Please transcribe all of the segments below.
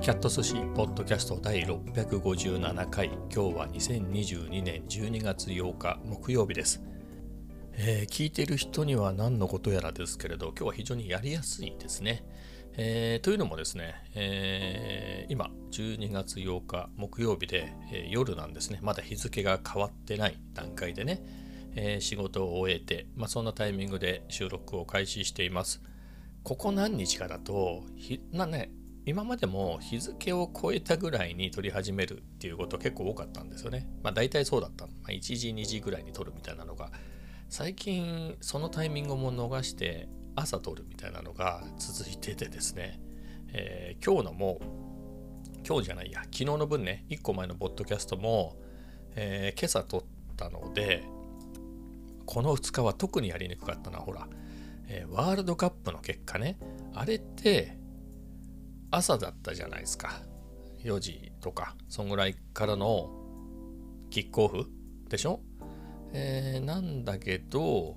キャット寿司ポッドキャスト第657回。今日は2022年12月8日木曜日です。聞いている人には何のことやらですけれど、今日は非常にやりやすいですね。というのもですね、今12月8日木曜日で、夜なんですね。まだ日付が変わってない段階でね、仕事を終えて、そんなタイミングで収録を開始しています。ここ何日かだと今までも日付を超えたぐらいに撮り始めるっていうこと結構多かったんですよね。大体そうだったの。1時2時ぐらいに撮るみたいなのが、最近そのタイミングも逃して朝撮るみたいなのが続いててですね、昨日の分ね、1個前のポッドキャストも、今朝撮ったので、この2日は特にやりにくかったな。ほら、ワールドカップの結果ね、あれって朝だったじゃないですか。4時とかそんぐらいからのキックオフでしょ。なんだけど、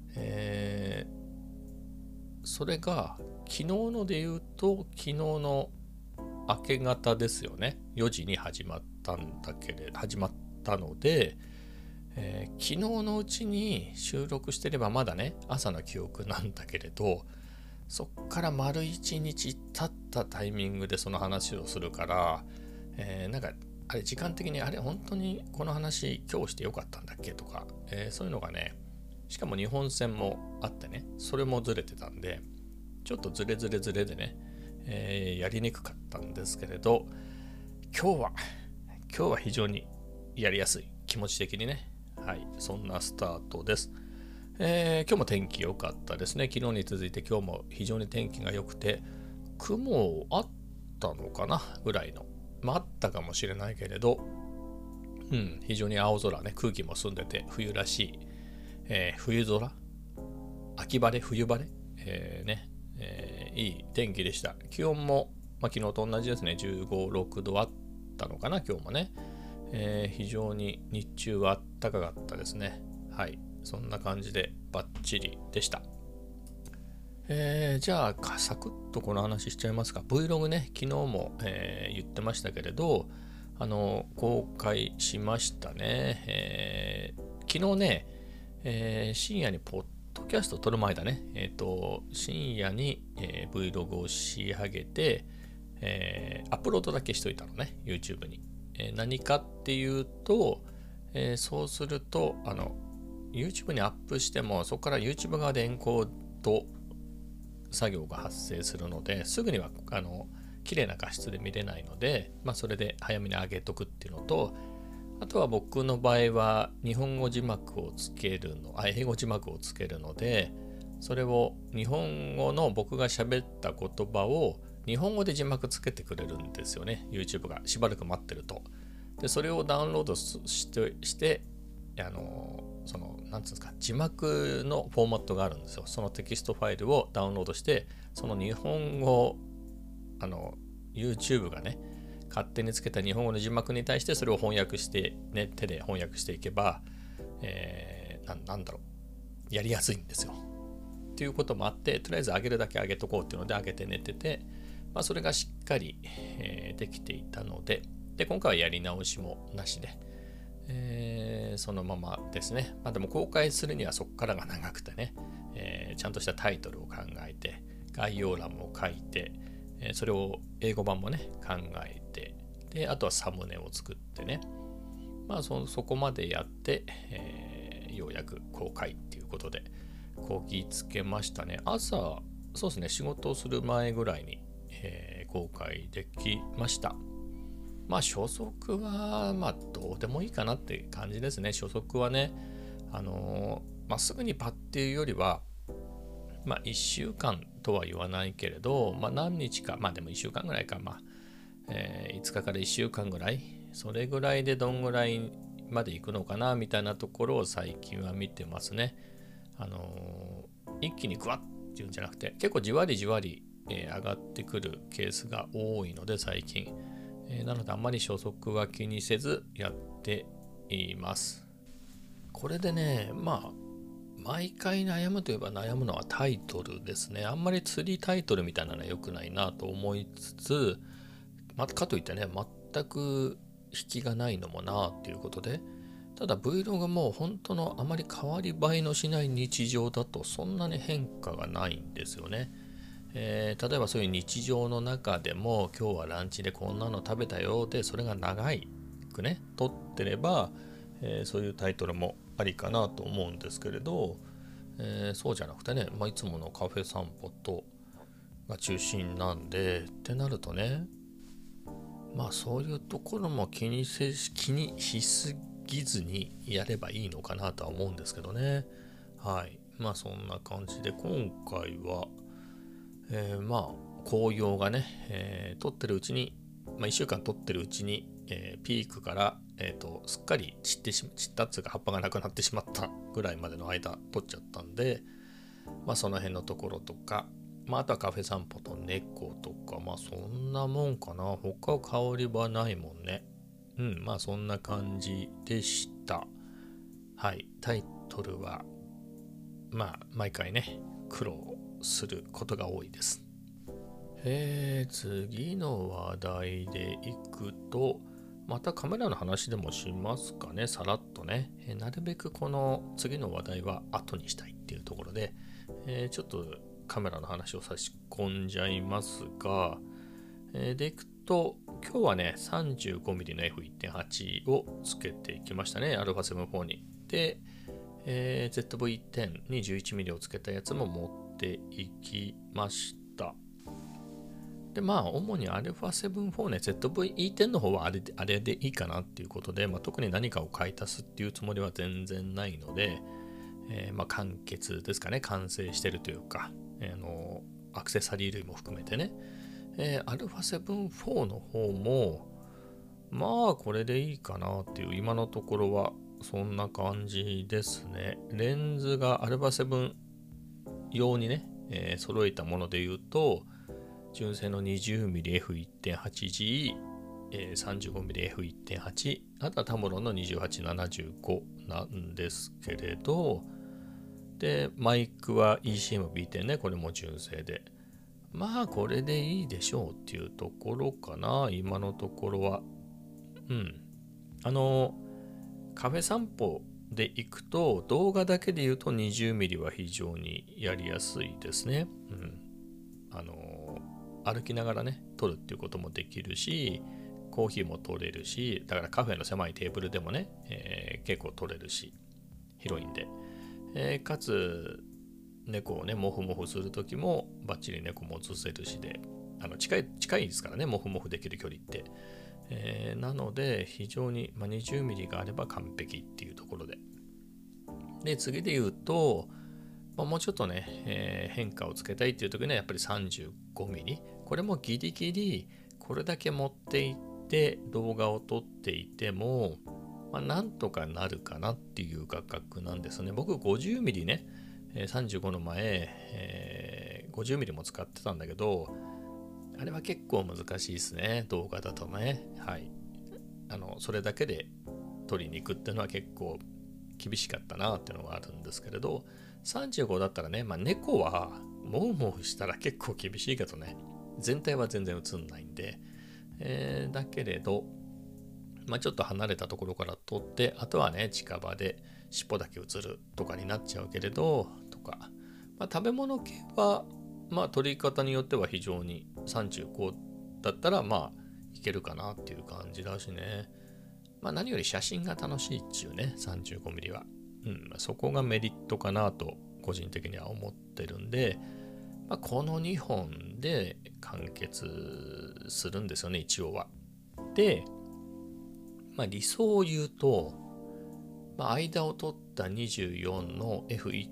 それが昨日ので言うと昨日の明け方ですよね。4時に始まったので、昨日のうちに収録してればまだね朝の記憶なんだけれど、そっから丸1日経ったタイミングでその話をするから、あれ時間的に本当にこの話今日してよかったんだっけとか、そういうのがね、しかも日本戦もあってね、それもずれてたんで、ちょっとずれでね、やりにくかったんですけれど、今日は非常にやりやすい、気持ち的にね。はい、そんなスタートです。今日も天気良かったですね。昨日に続いて今日も非常に天気が良くて、雲あったのかなぐらいの、あったかもしれないけれど、非常に青空ね、空気も澄んでて冬らしい、冬空、秋晴れ、冬晴れ、いい天気でした。気温も、昨日と同じですね。15、6度あったのかな今日もね、非常に日中は暖かかったですね。はい。そんな感じでバッチリでした。じゃあサクッとこの話しちゃいますか。 Vlog ね、昨日も、言ってましたけれど、公開しましたね。昨日ね、深夜にポッドキャスト撮る前だね、深夜に、Vlog を仕上げて、アップロードだけしといたのね YouTube に。何かっていうと、そうするとYouTube にアップしても、そこから YouTube 側でエンコード作業が発生するので、すぐには綺麗な画質で見れないので、それで早めに上げとくっていうのと、あとは僕の場合は日本語字幕をつける英語字幕をつけるので、それを日本語の僕が喋った言葉を日本語で字幕つけてくれるんですよね。 YouTube がしばらく待ってると。でそれをダウンロードしてなんつうんですか、字幕のフォーマットがあるんですよ。そのテキストファイルをダウンロードして、その日本語YouTube がね勝手につけた日本語の字幕に対してそれを翻訳してね、手で翻訳していけば、やりやすいんですよっていうこともあって、とりあえず上げるだけ上げとこうっていうので上げて寝てて、それがしっかり、できていたので、今回はやり直しもなしで、そのままですね。でも公開するにはそこからが長くてね、ちゃんとしたタイトルを考えて、概要欄も書いて、それを英語版もね考えて、であとはサムネを作ってね、そこまでやって、ようやく公開っていうことでこぎつけましたね。朝、そうですね、仕事をする前ぐらいに、公開できました。初速はどうでもいいかなって感じですね。初速はね、すぐにパッっていうよりは、1週間とは言わないけれど、何日か、でも1週間ぐらいか、5日から1週間ぐらい、それぐらいでどんぐらいまで行くのかなみたいなところを最近は見てますね。一気にグワッっていうんじゃなくて、結構じわりじわり、上がってくるケースが多いので最近、なのであんまり初速は気にせずやっています。これでね、毎回悩むといえば悩むのはタイトルですね。あんまり釣りタイトルみたいなのは良くないなと思いつつ、 かといってね、全く引きがないのもなっていうことで、ただ Vlog も本当のあまり変わり映えのしない日常だとそんなに変化がないんですよね。例えばそういう日常の中でも今日はランチでこんなの食べたよでそれが長くね撮ってれば、そういうタイトルもありかなと思うんですけれど、そうじゃなくてね、いつものカフェ散歩とが中心なんでってなるとね、そういうところも気にしすぎずにやればいいのかなとは思うんですけどね。はい。そんな感じで今回は、紅葉がね、撮ってるうちに、1週間撮ってるうちに、ピークから、すっかり散ったっつうか葉っぱがなくなってしまったぐらいまでの間撮っちゃったんで、その辺のところとか、あとはカフェ散歩と猫とか、そんなもんかな。他は香りはないもんね。そんな感じでした。はい。タイトルは、毎回ね、苦労することが多いです。次の話題でいくと、またカメラの話でもしますかね、さらっとね。なるべくこの次の話題は後にしたいっていうところで、ちょっとカメラの話を差し込んじゃいますが、でいくと、今日はね、35mm の F1.8 をつけていきましたね、α7-4 に。で、ZV-10 21mm をつけたやつも持っていきました。で、主に α7-4 ね、ZV-E10 の方はあれでいいかなっていうことで、特に何かを買い足すっていうつもりは全然ないので、完結ですかね、完成してるというか、アクセサリー類も含めてね、α7-4 の方もこれでいいかなっていう今のところはそんな感じですね。レンズが α7 用にね、揃えたもので言うと純正の 20mmF1.8G、35mmF1.8、あとはタムロンの2875なんですけれど、でマイクは ECM-B10 ね、これも純正で、これでいいでしょうっていうところかな、今のところは。カフェ散歩で行くと動画だけで言うと 20mm は非常にやりやすいですね。歩きながらね撮るっていうこともできるし、コーヒーも撮れるし、だからカフェの狭いテーブルでもね、結構撮れるし、広いんで、かつ猫をねモフモフする時もバッチリ猫も映せるしで、近いですからね、モフモフできる距離って、なので非常に、20mm があれば完璧っていうところで、次で言うと、もうちょっとね、変化をつけたいっていう時にはやっぱり 35mm、 これもギリギリこれだけ持っていって動画を撮っていても、なんとかなるかなっていう価格なんですね。僕 50mm ね、35の前、50mm も使ってたんだけど、あれは結構難しいですね、動画だとね。はい。それだけで撮りに行くっていうのは結構厳しかったなっていうのがあるんですけれど、35だったらね、猫はモフモフしたら結構厳しいけどね、全体は全然映んないんで、だけれど、ちょっと離れたところから撮って、あとはね近場で尻尾だけ映るとかになっちゃうけれどとか、食べ物系は撮り方によっては非常に35だったらいけるかなっていう感じだしね。何より写真が楽しいっちゅうね、 35mm は。そこがメリットかなと個人的には思ってるんで、この2本で完結するんですよね、一応は。で、理想を言うと、間を取った24の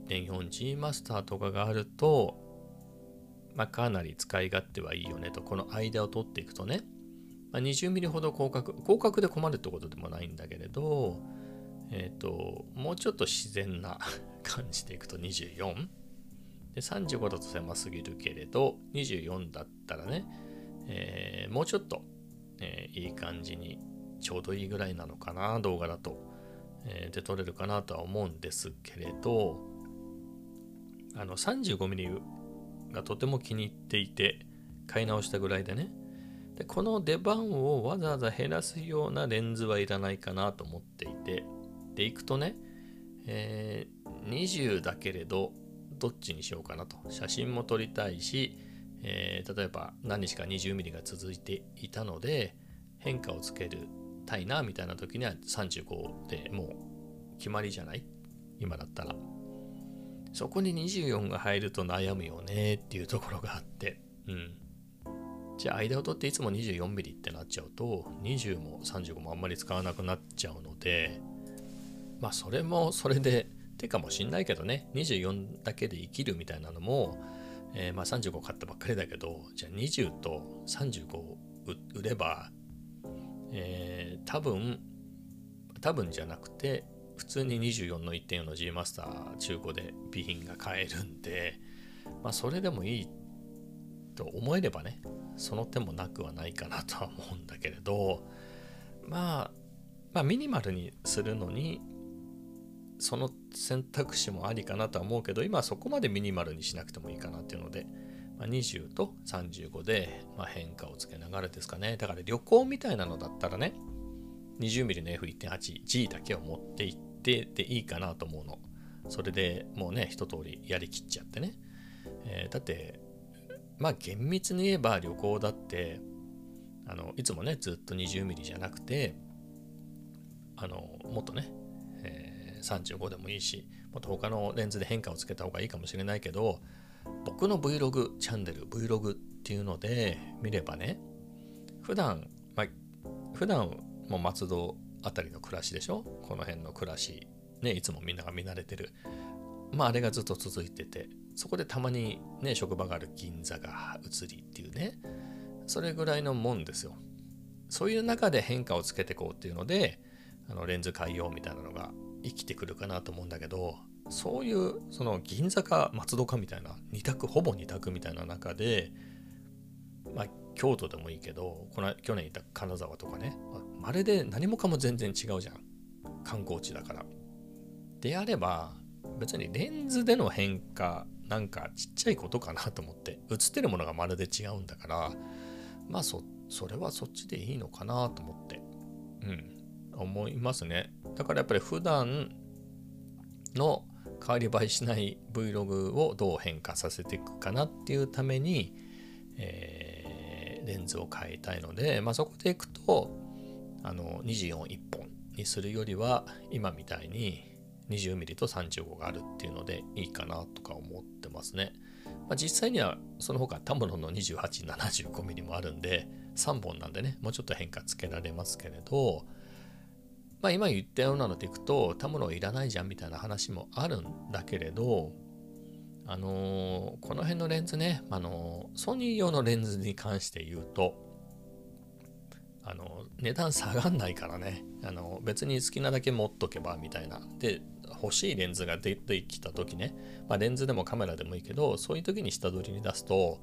F1.4G マスターとかがあると、かなり使い勝手はいいよねと。この間を取っていくとね、20mm ほど広角で困るってことでもないんだけれど、もうちょっと自然な感じでいくと24で、35だと狭すぎるけれど24だったらね、もうちょっと、いい感じにちょうどいいぐらいなのかな、動画だと、で撮れるかなとは思うんですけれど、35mm がとても気に入っていて買い直したぐらいでね、 でこの出番をわざわざ減らすようなレンズはいらないかなと思っていて、でいくとね、20だけれどどっちにしようかなと。写真も撮りたいし、例えば何日か 20mm が続いていたので変化をつけるたいなみたいな時には35でもう決まりじゃない？今だったら。そこに24が入ると悩むよねっていうところがあって、じゃあ間を取っていつも 24mm ってなっちゃうと20も35もあんまり使わなくなっちゃうので、まあそれもそれで手かもしんないけどね、24だけで生きるみたいなのも、まあ35買ったばっかりだけど、じゃあ20と35売れば、多分じゃなくて普通に24の 1.4 の G マスター中古で備品が買えるんで、まあそれでもいいと思えればね、その手もなくはないかなとは思うんだけれど、まあミニマルにするのにその選択肢もありかなとは思うけど、今はそこまでミニマルにしなくてもいいかなっていうので、20と35で変化をつけながらですかね。だから旅行みたいなのだったらね、20mm の F1.8G だけを持って行ってでいいかなと思うの。それでもうね一通りやりきっちゃってね、だってまあ厳密に言えば旅行だっていつもねずっと 20mm じゃなくてもっとね、35でもいいし、もっと他のレンズで変化をつけた方がいいかもしれないけど、僕の Vlog チャンネル Vlog っていうので見ればね、普段もう松戸あたりの暮らしでしょ、この辺の暮らしね、いつもみんなが見慣れてる、あれがずっと続いてて、そこでたまにね職場がある銀座が移りっていうね、それぐらいのもんですよ。そういう中で変化をつけていこうっていうのでレンズ変えようみたいなのが生きてくるかなと思うんだけど、そういうその銀座か松戸かみたいなほぼ二択みたいな中で、京都でもいいけど去年いた金沢とかね、まるで何もかも全然違うじゃん、観光地だから。であれば別にレンズでの変化なんかちっちゃいことかなと思って、映ってるものがまるで違うんだから、それはそっちでいいのかなと思って思いますね。だからやっぱり普段の変わり映えしない Vlog をどう変化させていくかなっていうために、レンズを変えたいので、そこでいくと24 1本にするよりは今みたいに 20mm と35があるっていうのでいいかなとか思ってますね。実際にはその他タムロンの 2875mm もあるんで3本なんでね、もうちょっと変化つけられますけれど、今言ったようなのでいくとタムロンいらないじゃんみたいな話もあるんだけれど、この辺のレンズね、ソニー用のレンズに関して言うと値段下がんないからね、別に好きなだけ持っとけばみたいな。で欲しいレンズが出てきた時ね、レンズでもカメラでもいいけど、そういう時に下取りに出すと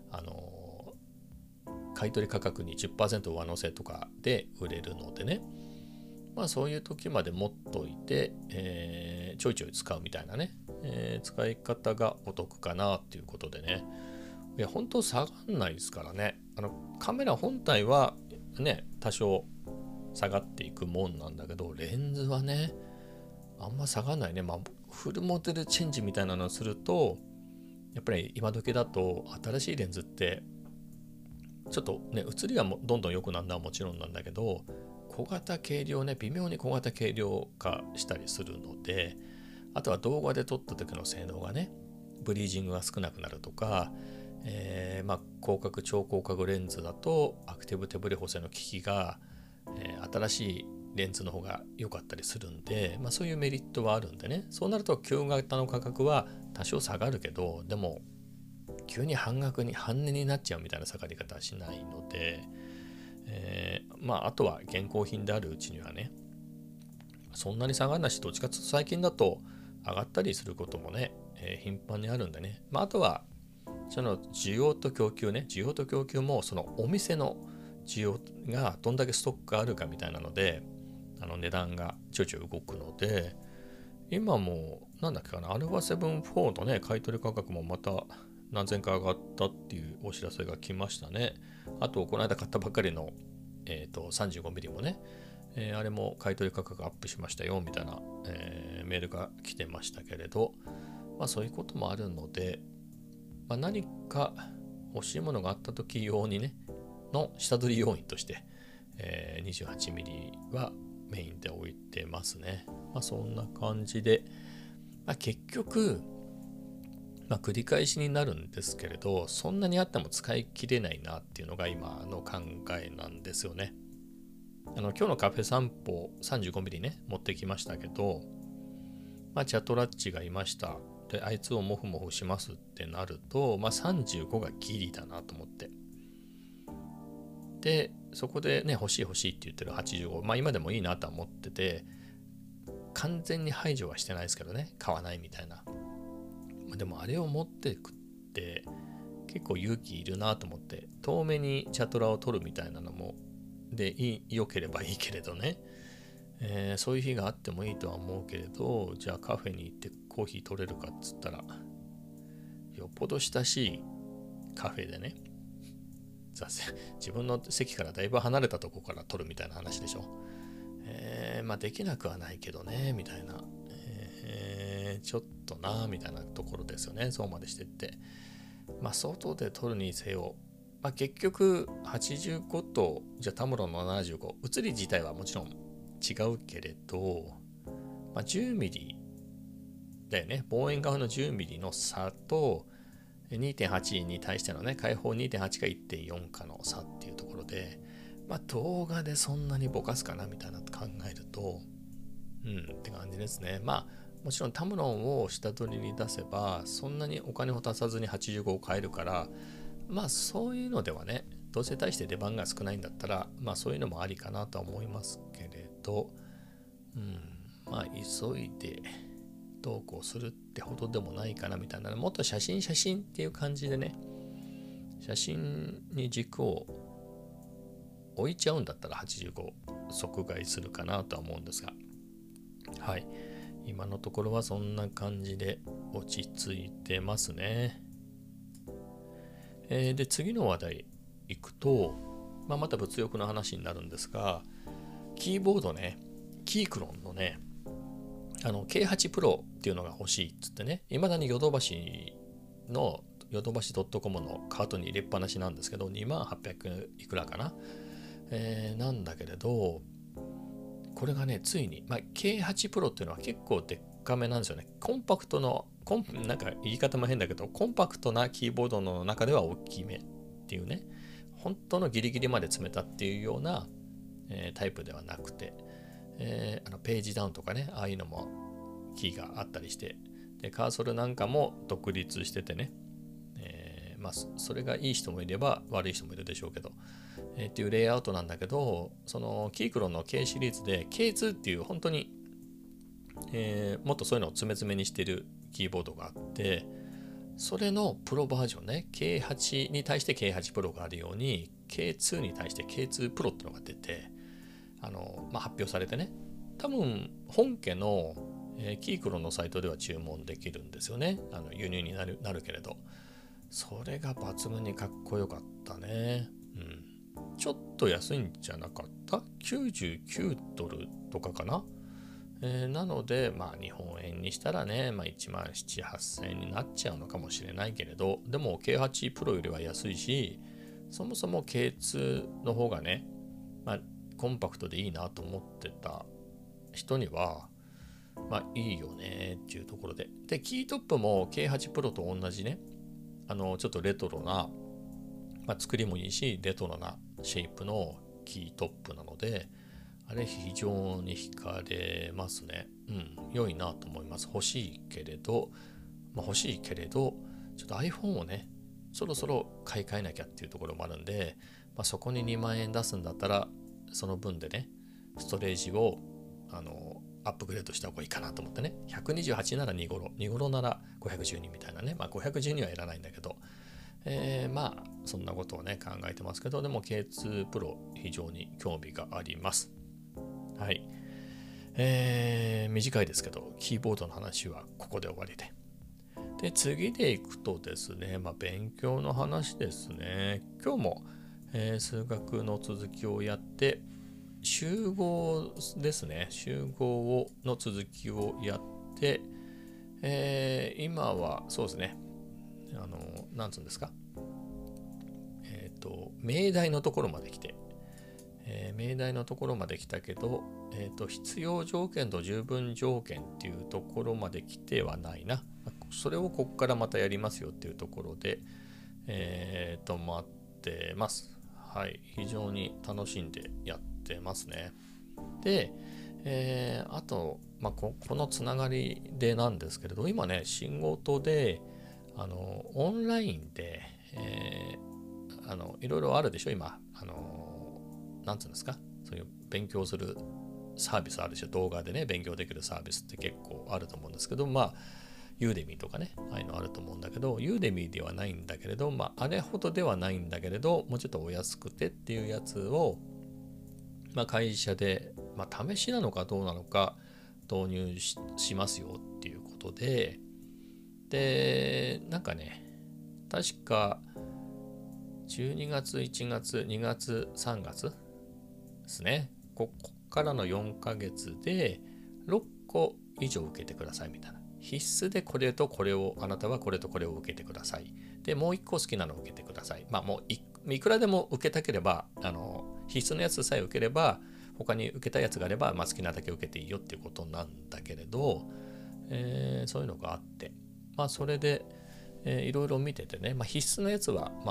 買取価格に 10% 上乗せとかで売れるのでね、そういう時まで持っといて、ちょいちょい使うみたいなね、使い方がお得かなっていうことでね。いや本当下がんないですからね。カメラ本体はね多少下がっていくもんなんだけど、レンズはねあんま下がんないね。フルモデルチェンジみたいなのをするとやっぱり今時だと新しいレンズってちょっとね写りがどんどん良くなるのはもちろんなんだけど、小型軽量ね、微妙に小型軽量化したりするので、あとは動画で撮った時の性能がね、ブリージングが少なくなるとか、広角超広角レンズだとアクティブ手ブレ補正の効きが、新しいレンズの方が良かったりするんで、そういうメリットはあるんでね。そうなると旧型の価格は多少下がるけど、でも急に半値になっちゃうみたいな下がり方はしないので、あとは現行品であるうちにはねそんなに下がらないし、どっちかというと最近だと上がったりすることもね、頻繁にあるんでね。あとはその需要と供給もそのお店の需要がどんだけストックがあるかみたいなので値段がちょいちょい動くので、今もなんだっけかな、α7-4のね買取価格もまた何千か上がったっていうお知らせが来ましたね。あとこの間買ったばっかりの、35mm もね、あれも買い取り価格アップしましたよみたいな、メールが来てましたけれど、そういうこともあるので、何か欲しいものがあった時用にねの下取り要因として、28mm はメインで置いてますね。そんな感じで、結局、繰り返しになるんですけれど、そんなにあっても使い切れないなっていうのが今の考えなんですよね。今日のカフェ散歩 35mm ね持ってきましたけど、チャトラッチがいました。であいつをモフモフしますってなると、35がギリだなと思って、でそこでね欲しいって言ってる85、今でもいいなとは思ってて、完全に排除はしてないですけどね、買わないみたいな。でもあれを持っていくって結構勇気いるなと思って、遠目にチャトラを取るみたいなのもで良ければいいけれどね、そういう日があってもいいとは思うけれど、じゃあカフェに行ってコーヒー取れるかっつったら、よっぽど親しいカフェでね、自分の席からだいぶ離れたとこから取るみたいな話でしょ。できなくはないけどねみたいな、ちょっとなみたいなところですよね。そうまでしてって、外で取るにせよ、結局85とじゃあタムロンの75、写り自体はもちろん違うけれど、10mm だよね。望遠側の 10mm の差と 2.8 に対してのね、開放 2.8 か 1.4 かの差っていうところで、動画でそんなにぼかすかなみたいなと考えると、って感じですね。もちろんタムロンを下取りに出せばそんなにお金を足さずに85を買えるから、そういうのではね、どうせ大して出番が少ないんだったらそういうのもありかなとは思いますけれど、急いでどうこうするってほどでもないかなみたいな、もっと写真っていう感じでね、写真に軸を置いちゃうんだったら85即買いするかなとは思うんですが、今のところはそんな感じで落ち着いてますね。で次の話題いくと、また物欲の話になるんですが、キーボードね、キークロンのね、K8 Pro っていうのが欲しいっつってね、未だにヨドバシ .com のカートに入れっぱなしなんですけど、2800いくらかな、なんだけれど、これがねついに、K8 Pro っていうのは結構でっかめなんですよね。コンパクトのなんか言い方も変だけど、コンパクトなキーボードの中では大きめっていうね、本当のギリギリまで詰めたっていうような、タイプではなくて、ページダウンとかね、ああいうのもキーがあったりして、でカーソルなんかも独立しててね、それがいい人もいれば悪い人もいるでしょうけど、っていうレイアウトなんだけど、そのキークロンの K シリーズで K2 っていう本当に、もっとそういうのを詰め詰めにしてるキーボードがあって、それのプロバージョンね、K8 に対して K8 プロがあるように K2 に対して K2 プロっていうのが出て、発表されてね、多分本家の、キークロンのサイトでは注文できるんですよね。輸入になるけれど、それが抜群にかっこよかったね。ちょっと安いんじゃなかった？ 99 ドルとかかな。なので日本円にしたらね、1万7、8000円になっちゃうのかもしれないけれど、でも K8 プロよりは安いし、そもそも K2 の方がね、コンパクトでいいなと思ってた人にはいいよねっていうところで、キートップも K8 プロと同じね、ちょっとレトロな、作りもいいしレトロなシェイプのキートップなので、あれ非常に惹かれますね。良いなと思います。欲しいけれど、ちょっと iPhone をねそろそろ買い替えなきゃっていうところもあるんで、そこに2万円出すんだったらその分でねストレージをアップグレードした方がいいかなと思ってね、128なら2頃なら512みたいなね、512はいらないんだけど、そんなことをね考えてますけど、でも K2 Pro 非常に興味があります。はい、短いですけどキーボードの話はここで終わりで、 で、次でいくとですね、勉強の話ですね。今日も、数学の続きをやって、集合ですね。集合の続きをやって、今はそうですね、なんつうんですか、命題のところまで来て、命題のところまで来たけど、必要条件と十分条件っていうところまで来てはないな。それをここからまたやりますよっていうところで、待ってます。はい、非常に楽しんでやってますね。で、あと、このつながりでなんですけれど、今ね、仕事で、オンラインで、いろいろあるでしょ、今。なんつうんですか、そういう勉強するサービスあるでしょ、動画でね、勉強できるサービスって結構あると思うんですけど、ユーデミとかね、ああいうのあると思うんだけど、ユーデミではないんだけれど、あれほどではないんだけれど、もうちょっとお安くてっていうやつを、会社で、試しなのかどうなのか導入 しますよっていうことで、なんかね、確か12月、1月、2月、3月ですね。ここからの4ヶ月で6個以上受けてくださいみたいな。必須でこれとこれを、あなたはこれとこれを受けてください。で、もう1個好きなのを受けてください。もういくらでも受けたければ、必須のやつさえ受ければ、他に受けたやつがあれば、好きなだけ受けていいよっていうことなんだけれど、そういうのがあって、それで、いろいろ見ててね、必須のやつは、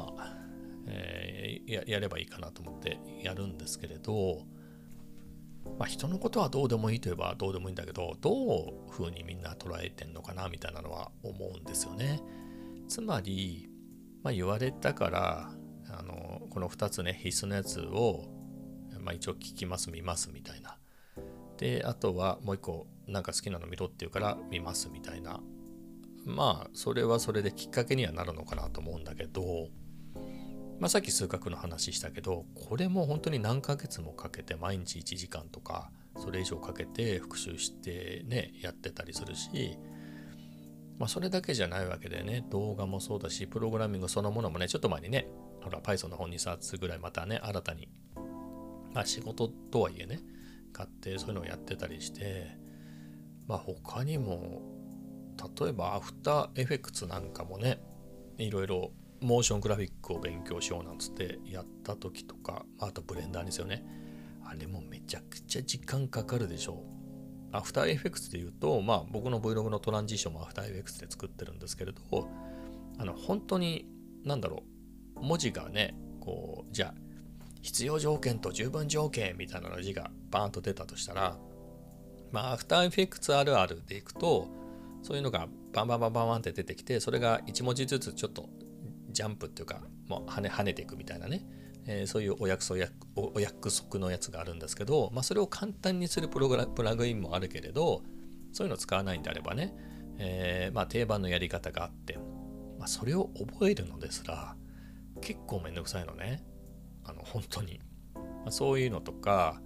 やればいいかなと思ってやるんですけれど、人のことはどうでもいいといえばどうでもいいんだけど、どういうふうにみんな捉えてんのかなみたいなのは思うんですよね。つまり、言われたからこの2つね、必須のやつを、一応聞きます見ますみたいな。で、あとはもう一個なんか好きなの見ろって言うから見ますみたいな。それはそれできっかけにはなるのかなと思うんだけど、さっき数学の話したけど、これも本当に何ヶ月もかけて毎日1時間とかそれ以上かけて復習してねやってたりするし、それだけじゃないわけでね、動画もそうだし、プログラミングそのものもね、ちょっと前にね、Python の本2冊ぐらいまたね、新たに仕事とはいえね買ってそういうのをやってたりして、他にも例えばアフターエフェクツなんかもね、いろいろモーショングラフィックを勉強しようなんつってやった時とか、あとブレンダーですよね。あれもめちゃくちゃ時間かかるでしょう。アフターエフェクツで言うと、僕の Vlog のトランジションもアフターエフェクツで作ってるんですけれど、本当に文字がね、こうじゃあ必要条件と十分条件みたいなの字がバーンと出たとしたら、アフターエフェクツあるあるでいくと、そういうのがバンバンバンバンって出てきて、それが1文字ずつちょっとジャンプっていうか、もう跳ねていくみたいなね、そういうお約束のやつがあるんですけど、それを簡単にするプラグインもあるけれど、そういうのを使わないんであればね、定番のやり方があって、それを覚えるのですら結構めんどくさいのね、本当に。そういうのとか、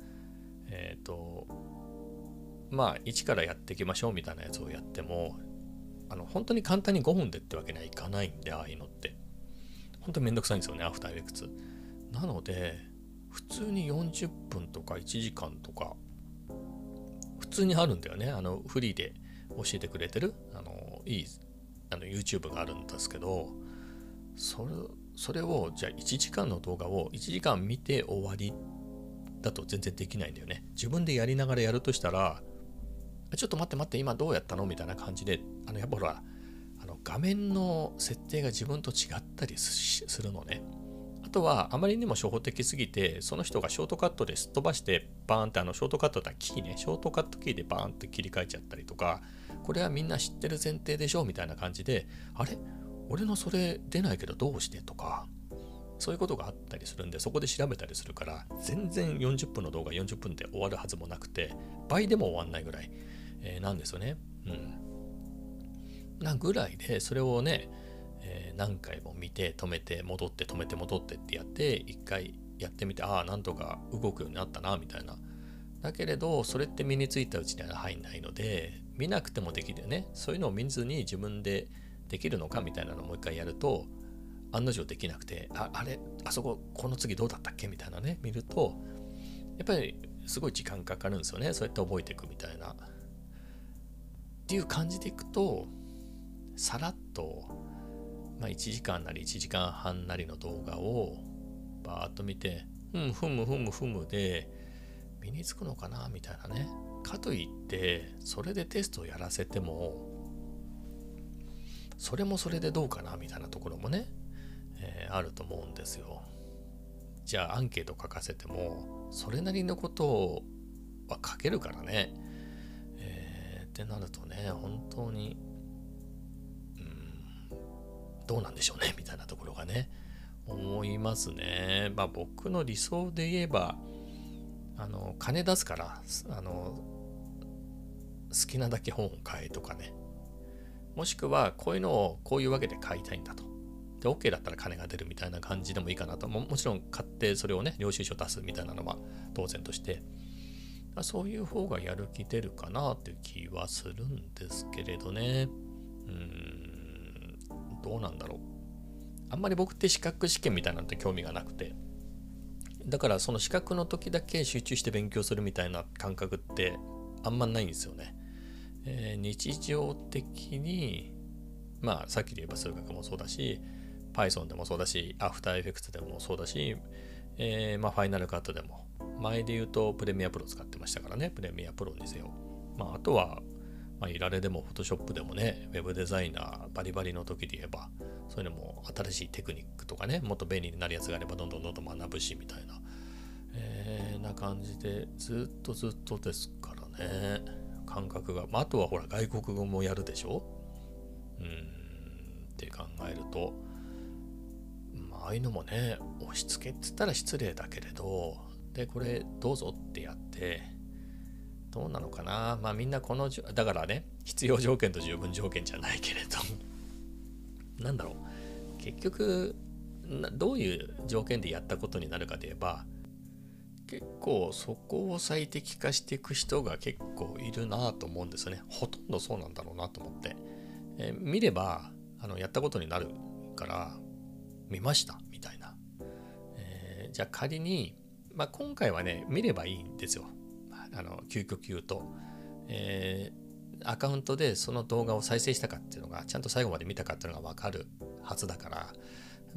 一からやっていきましょうみたいなやつをやっても、本当に簡単に5分でってわけにはいかないんで、ああいうのって本当にめんどくさいんですよね、アフターエフェクツ。なので普通に40分とか1時間とか普通にあるんだよね。フリーで教えてくれてるいいYouTube があるんですけど、それをじゃあ1時間の動画を1時間見て終わりだと全然できないんだよね。自分でやりながらやるとしたら、ちょっと待って今どうやったのみたいな感じで、やっぱほら画面の設定が自分と違ったりするのね。あとはあまりにも初歩的すぎて、その人がショートカットですっ飛ばしてバーンってショートカットだキーね、ショートカットキーでバーンって切り替えちゃったりとか、これはみんな知ってる前提でしょみたいな感じで、あれ俺のそれ出ないけどどうしてとか、そういうことがあったりするんで、そこで調べたりするから、全然40分の動画40分で終わるはずもなくて、倍でも終わんないぐらい、なんですよね。なぐらいで、それをね、何回も見て止めて戻って止めて戻ってってやって一回やってみて、なんとか動くようになったなみたいな。だけれどそれって身についたうちには入んないので、見なくてもできるよね。そういうのを見ずに自分でできるのかみたいなのをもう一回やると、案の定できなくて、あれ、あそこ、この次どうだったっけみたいなね、見ると、やっぱりすごい時間かかるんですよね。そうやって覚えていくみたいな。っていう感じでいくと、さらっと、1時間なり1時間半なりの動画をバーッと見て、ふむで身につくのかなみたいなね。かといってそれでテストをやらせてもそれもそれでどうかなみたいなところもね、あると思うんですよ。じゃあアンケート書かせてもそれなりのことは書けるからね、ってなるとね、本当にどうなんでしょうねみたいなところがね思いますね。僕の理想で言えば金出すから好きなだけ本を買えとかね、もしくはこういうのをこういうわけで買いたいんだと、で OK だったら金が出るみたいな感じでもいいかなと。 もちろん買ってそれをね領収書出すみたいなのは当然として、そういう方がやる気出るかなっていう気はするんですけれどね。どうなんだろう。あんまり僕って資格試験みたいなのって興味がなくて、だからその資格の時だけ集中して勉強するみたいな感覚ってあんまないんですよね。日常的にさっきで言えば数学もそうだし Python でもそうだし After Effects でもそうだし、ファイナルカットでも、前で言うとプレミアプロ使ってましたからね、プレミアプロにせよ、あとはいられでも Photoshop でもね、ウェブデザイナーバリバリの時で言えばそういうのも新しいテクニックとかね、もっと便利になるやつがあればどんどん学ぶしみたいな、な感じでずっとですからね、感覚が。あとはほら外国語もやるでしょ。って考えると、ああいうのもね、押し付けっつったら失礼だけれど、でこれどうぞってやってどうなのかな。みんなだからね、必要条件と十分条件じゃないけれどなんだろう、結局どういう条件でやったことになるかで言えば、結構そこを最適化していく人が結構いるなと思うんですよね。ほとんどそうなんだろうなと思って、見ればやったことになるから見ましたみたいな、じゃあ仮に、今回はね見ればいいんですよ。究極言うと、アカウントでその動画を再生したかっていうのがちゃんと最後まで見たかっていうのが分かるはずだから、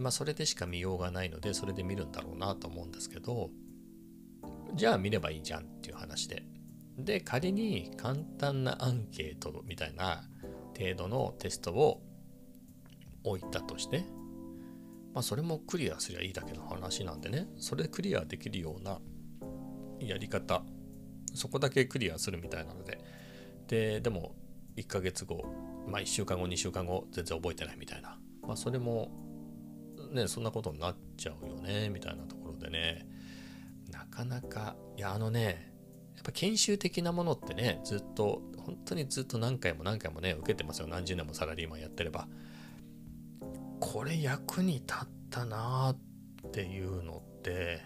それでしか見ようがないのでそれで見るんだろうなと思うんですけど、じゃあ見ればいいじゃんっていう話で仮に簡単なアンケートみたいな程度のテストを置いたとして、それもクリアすりゃいいだけの話なんでね、それでクリアできるようなやり方、そこだけクリアするみたいなのでも1ヶ月後、1週間後2週間後全然覚えてないみたいな、それもねそんなことになっちゃうよねみたいなところでね、なかなかやっぱ研修的なものってね、本当にずっと何回もね受けてますよ。何十年もサラリーマンやってれば。これ役に立ったなっていうのって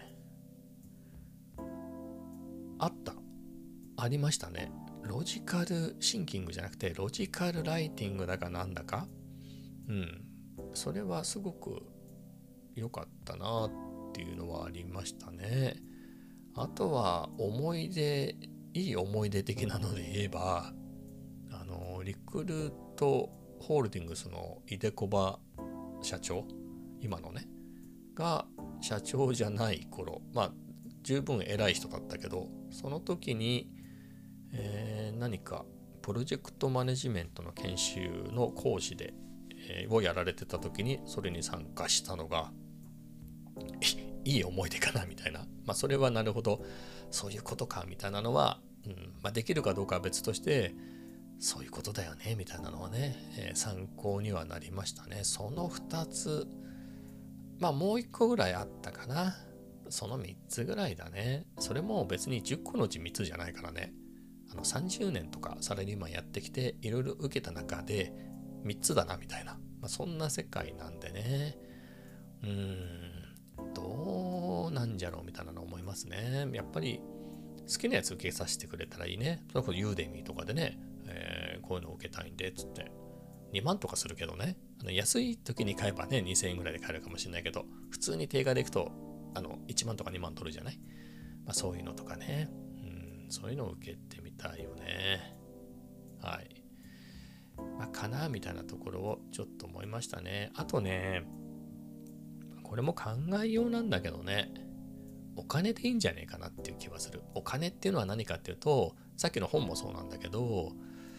ありましたね。ロジカルシンキングじゃなくてロジカルライティングだかなんだか、それはすごく良かったなっていうのはありましたね。あとはいい思い出的なので言えば、リクルートホールディングスの井出小葉社長、今のねが社長じゃない頃、十分偉い人だったけど、その時に、何かプロジェクトマネジメントの研修の講師で、をやられてた時にそれに参加したのがいい思い出かなみたいな、それはなるほどそういうことかみたいなのは、できるかどうかは別としてそういうことだよねみたいなのはね、参考にはなりましたね。その2つ、もう1個ぐらいあったかな。その3つぐらいだね。それも別に10個のうち3つじゃないからね。30年とかサラリーマンやってきていろいろ受けた中で3つだなみたいな、そんな世界なんでね、どうなんじゃろうみたいなの思いますね。やっぱり好きなやつ受けさせてくれたらいいね。それこそユーデミーとかでね、こういうの受けたいんでっつって 2万とかするけどね、安い時に買えばね、2000円ぐらいで買えるかもしれないけど、普通に定価でいくと、1万とか2万取るじゃない。そういうのとかね、そういうのを受けてみたいよね。はい。かなみたいなところをちょっと思いましたね。あとね、これも考えようなんだけどね、お金でいいんじゃねえかなっていう気はする。お金っていうのは何かっていうと、さっきの本もそうなんだけど、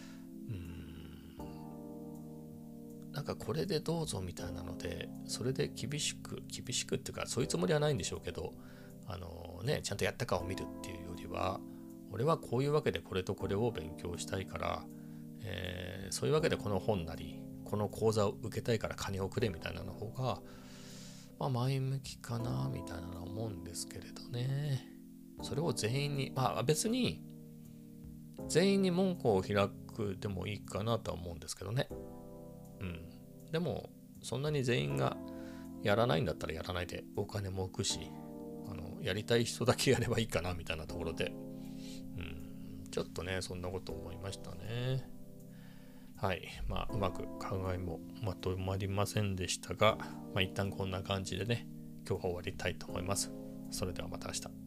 なんかこれでどうぞみたいなので、それで厳しくっていうか、そういうつもりはないんでしょうけど、ちゃんとやったかを見るっていうよりは、俺はこういうわけでこれとこれを勉強したいから、そういうわけでこの本なりこの講座を受けたいから金をくれみたいなの方が、前向きかなみたいなのは思うんですけれどね。それを全員に、別に全員に門戸を開くでもいいかなとは思うんですけどね。でもそんなに全員がやらないんだったらやらないでお金も浮くし、やりたい人だけやればいいかなみたいなところで、ちょっとねそんなこと思いましたね。はい。うまく考えもまとまりませんでしたが、一旦こんな感じでね、今日は終わりたいと思います。それではまた明日。